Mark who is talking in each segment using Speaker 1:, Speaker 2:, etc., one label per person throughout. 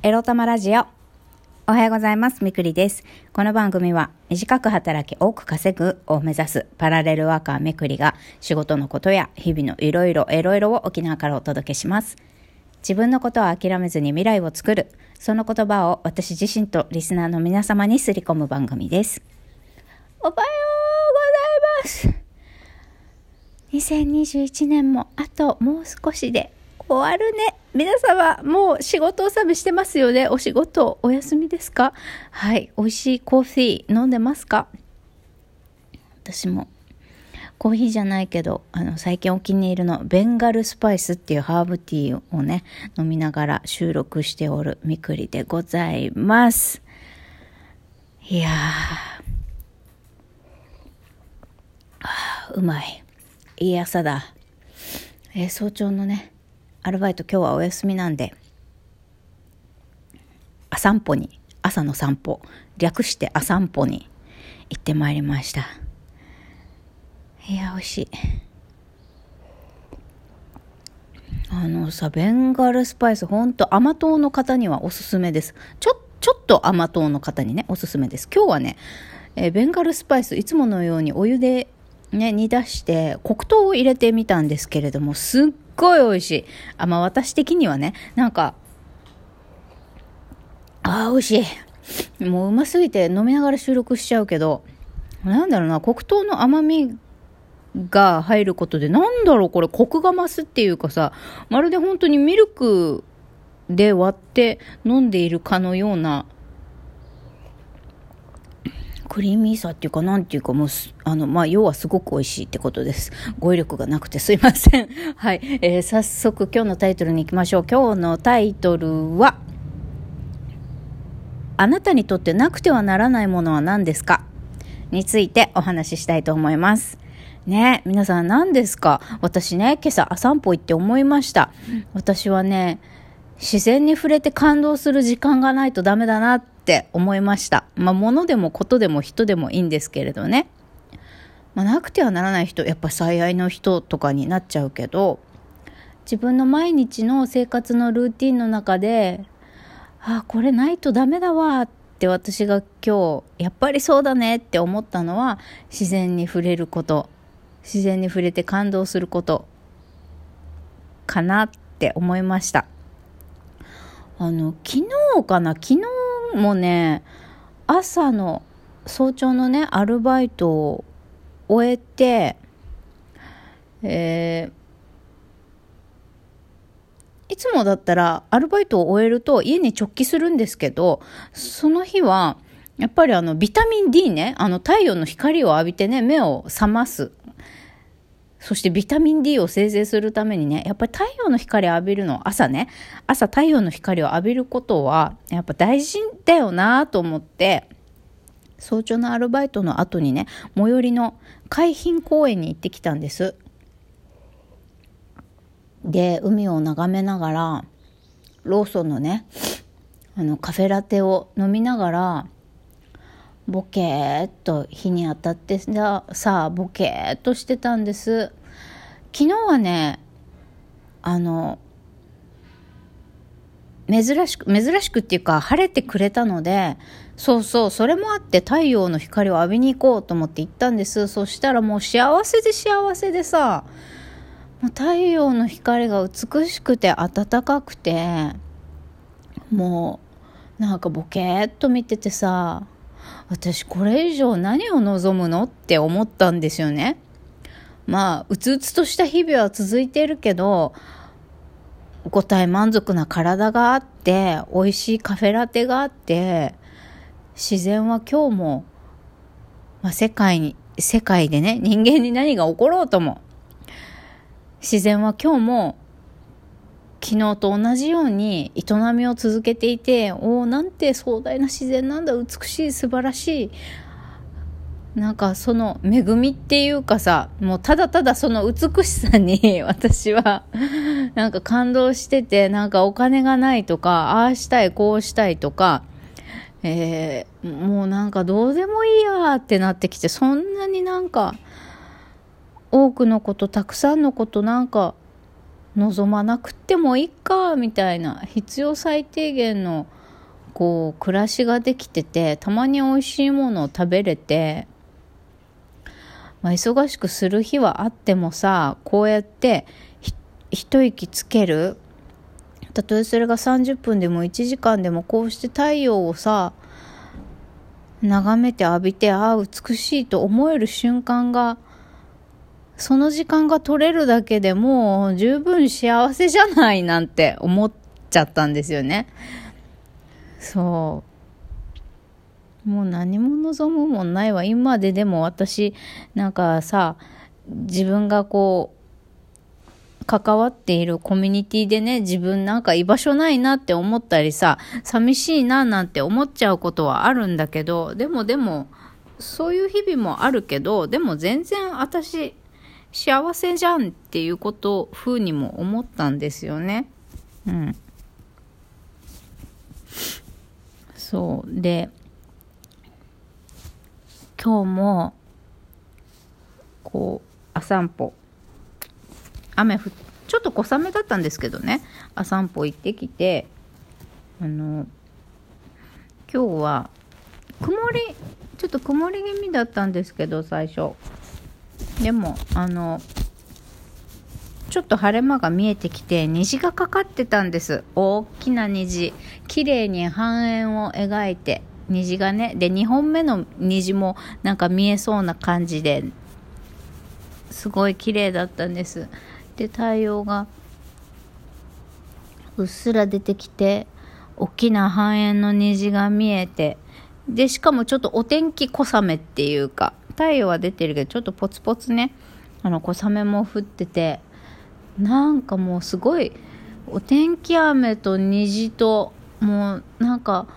Speaker 1: エロ玉ラジオ。おはようございます。みくりです。この番組は短く働き多く稼ぐを目指すパラレルワーカーみくりが仕事のことや日々のいろいろを沖縄からお届けします。自分のことを諦めずに未来を作る、その言葉を私自身とリスナーの皆様にすり込む番組です。おはようございます。2021年もあともう少しで終わるね。皆様もう仕事納めしてますよね。お仕事お休みですか？はい、美味しいコーヒー飲んでますか？私もコーヒーじゃないけど最近お気に入りのベンガルスパイスっていうハーブティーをね飲みながら収録しておるみくりでございます。いやー、うまい、いい朝だ。早朝のねアルバイト今日はお休みなんで朝の散歩略して朝散歩に行ってまいりました。いや美味しい。ベンガルスパイスほんと甘党の方にはおすすめです。ちょっと甘党の方にねおすすめです。今日はね、ベンガルスパイスいつものようにお湯でね煮出して黒糖を入れてみたんですけれども、すっごい美味しい。私的にはねなんか美味しい。もううますぎて飲みながら収録しちゃうけど、なんだろうな、黒糖の甘みが入ることでこれコクが増すっていうかさ、まるで本当にミルクで割って飲んでいるかのようなクリーミーさっていうかなんていうか、もう要はすごく美味しいってことです。語彙力がなくてすいません。はい、早速今日のタイトルに行きましょう。今日のタイトルは、あなたにとってなくてはならないものは何ですかについてお話ししたいと思いますね。皆さん何ですか？私ね今朝散歩行って思いました。私はね自然に触れて感動する時間がないとダメだなって思いました。物でもことでも人でもいいんですけれどね、なくてはならない人、やっぱ最愛の人とかになっちゃうけど、自分の毎日の生活のルーティンの中でこれないとダメだわって私が今日やっぱりそうだねって思ったのは、自然に触れること、自然に触れて感動することかなって思いました。昨日もね早朝のねアルバイトを終えて、いつもだったらアルバイトを終えると家に直帰するんですけど、その日はやっぱりビタミン D ね、太陽の光を浴びてね目を覚ます、そしてビタミン D を生成するためにね、やっぱり太陽の光を浴びるの、朝太陽の光を浴びることはやっぱ大事だよなと思って、早朝のアルバイトの後にね最寄りの海浜公園に行ってきたんです。で海を眺めながらローソンのねカフェラテを飲みながらボケーっと日に当たってさボケーっとしてたんです。昨日はね珍しくっていうか晴れてくれたので、それもあって太陽の光を浴びに行こうと思って行ったんです。そしたらもう幸せでさ、もう太陽の光が美しくて暖かくて、もうなんかボケーっと見ててさ、私これ以上何を望むのって思ったんですよね。うつうつとした日々は続いているけど、五体満足な体があって、美味しいカフェラテがあって、自然は今日も、世界でね人間に何が起ころうとも、自然は今日も昨日と同じように営みを続けていて、なんて壮大な自然なんだ、美しい、素晴らしい、なんかその恵みっていうかさ、もうただただその美しさに私はなんか感動してて、なんかお金がないとか、ああしたいこうしたいとか、もうなんかどうでもいいやってなってきて、そんなになんか多くのこと、たくさんのこと、なんか望まなくってもいいかみたいな、必要最低限のこう暮らしができてて、たまに美味しいものを食べれて、忙しくする日はあってもさ、こうやって一息つける、たとえそれが30分でも1時間でも、こうして太陽をさ眺めて浴びて、美しいと思える瞬間が、その時間が取れるだけでもう十分幸せじゃないなんて思っちゃったんですよね。もう何も望むもんないわ。今でも私なんかさ、自分がこう関わっているコミュニティでね、自分なんか居場所ないなって思ったりさ、寂しいななんて思っちゃうことはあるんだけど、でもそういう日々もあるけど、でも全然私幸せじゃんっていうこと風にも思ったんですよね。そうで、今日もこう朝散歩、ちょっと小雨だったんですけどね、朝散歩行ってきて、今日はちょっと曇り気味だったんですけど、最初でもちょっと晴れ間が見えてきて、虹がかかってたんです。大きな虹、綺麗に半円を描いて、虹がね、で2本目の虹もなんか見えそうな感じで、すごい綺麗だったんです。で太陽がうっすら出てきて、大きな半円の虹が見えて、でしかもちょっとお天気小雨っていうか、太陽は出てるけどちょっとポツポツね、小雨も降ってて、なんかもうすごいお天気雨と虹と、もうなんか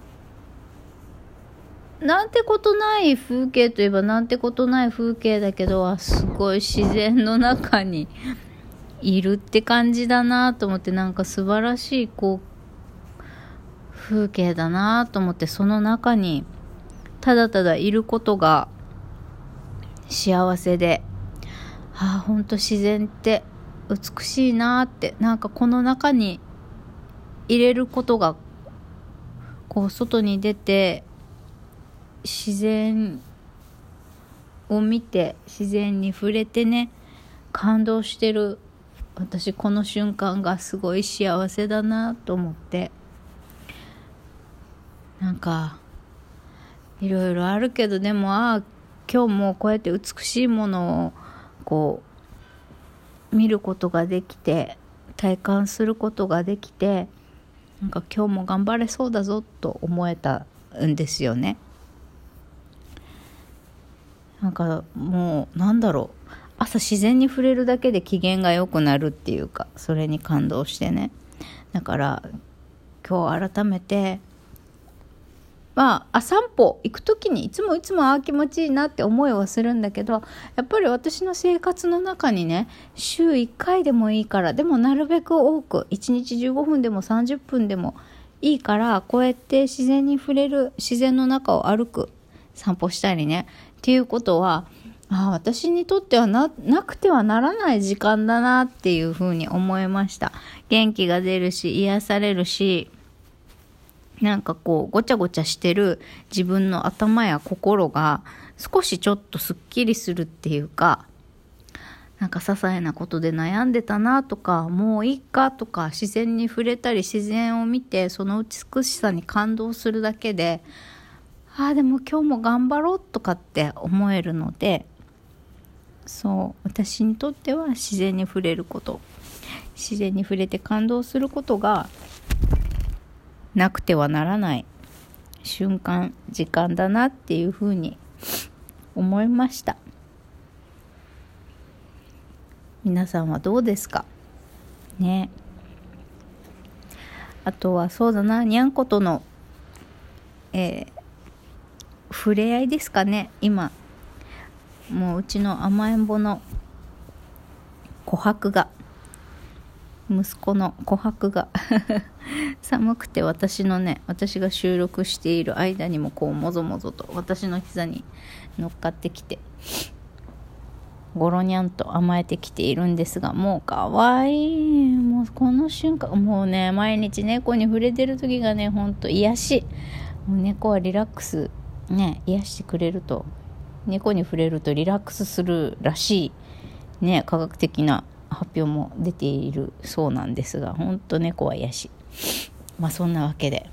Speaker 1: なんてことない風景といえばなんてことない風景だけど、すごい自然の中にいるって感じだなと思って、なんか素晴らしい風景だなと思って、その中にただただいることが幸せで、本当自然って美しいなって、なんかこの中に入れることが、こう外に出て自然を見て、自然に触れてね、感動してる私、この瞬間がすごい幸せだなと思って、なんかいろいろあるけど、でも今日もこうやって美しいものをこう見ることができて、体感することができて、なんか今日も頑張れそうだぞと思えたんですよね。なんかもう朝自然に触れるだけで機嫌が良くなるっていうか、それに感動してね。だから今日改めて、散歩行くときにいつも気持ちいいなって思いはするんだけど、やっぱり私の生活の中にね、週1回でもいいから、でもなるべく多く、1日15分でも30分でもいいから、こうやって自然に触れる、自然の中を歩く、散歩したりねっていうことは、私にとってはなくてはならない時間だなっていうふうに思いました。元気が出るし、癒されるし、なんかこうごちゃごちゃしてる自分の頭や心が少しちょっとすっきりするっていうか、なんか些細なことで悩んでたなとか、もういいかとか、自然に触れたり自然を見てその美しさに感動するだけで、でも今日も頑張ろうとかって思えるので、私にとっては自然に触れること、自然に触れて感動することがなくてはならない瞬間、時間だなっていうふうに思いました。皆さんはどうですかね。あとはそうだな、にゃんことの、触れ合いですかね。今もううちの甘えん坊の息子の琥珀が寒くて、私が収録している間にもこうもぞもぞと私の膝に乗っかってきて、 ゴロニャンと甘えてきているんですが、もうかわいい。もうこの瞬間、もうね、毎日猫に触れてる時がね、ほんと癒し。もう猫はリラックスね、癒してくれると、猫に触れるとリラックスするらしいね、科学的な発表も出ているそうなんですが、ほんと猫は癒し。そんなわけで、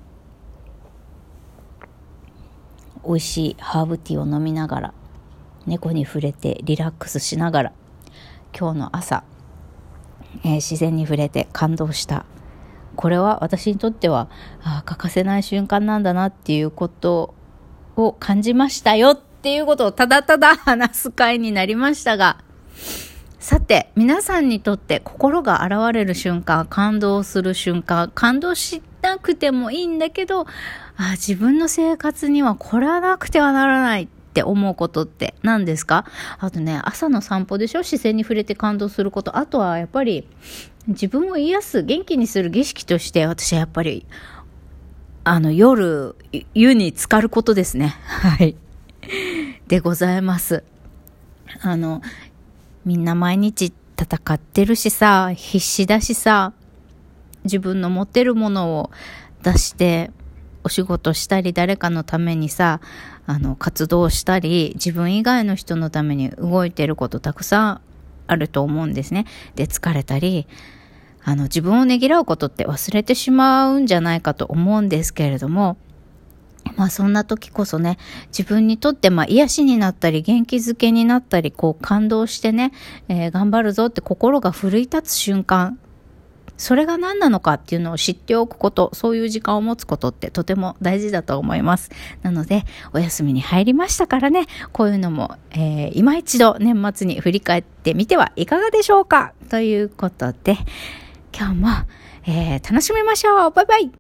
Speaker 1: 美味しいハーブティーを飲みながら、猫に触れてリラックスしながら、今日の朝、自然に触れて感動した。これは私にとっては欠かせない瞬間なんだなっていうことを感じましたよっていうことをただただ話す会になりましたが、さて皆さんにとって心が洗われる瞬間、感動する瞬間、感動しなくてもいいんだけど、自分の生活にはこれはなくてはならないって思うことって何ですか？あとね、朝の散歩でしょ、自然に触れて感動すること。あとはやっぱり自分を癒す、元気にする儀式として、私はやっぱり夜湯に浸かることですね。はいでございます。みんな毎日戦ってるしさ、必死だしさ、自分の持ってるものを出してお仕事したり、誰かのためにさ、活動したり、自分以外の人のために動いてることたくさんあると思うんですね。で、疲れたり、自分をねぎらうことって忘れてしまうんじゃないかと思うんですけれども、そんな時こそね、自分にとって癒しになったり、元気づけになったり、感動してね、頑張るぞって心が奮い立つ瞬間、それが何なのかっていうのを知っておくこと、そういう時間を持つことってとても大事だと思います。なので、お休みに入りましたからね、こういうのも、今一度年末に振り返ってみてはいかがでしょうかということで、今日も、楽しみましょう。バイバイ。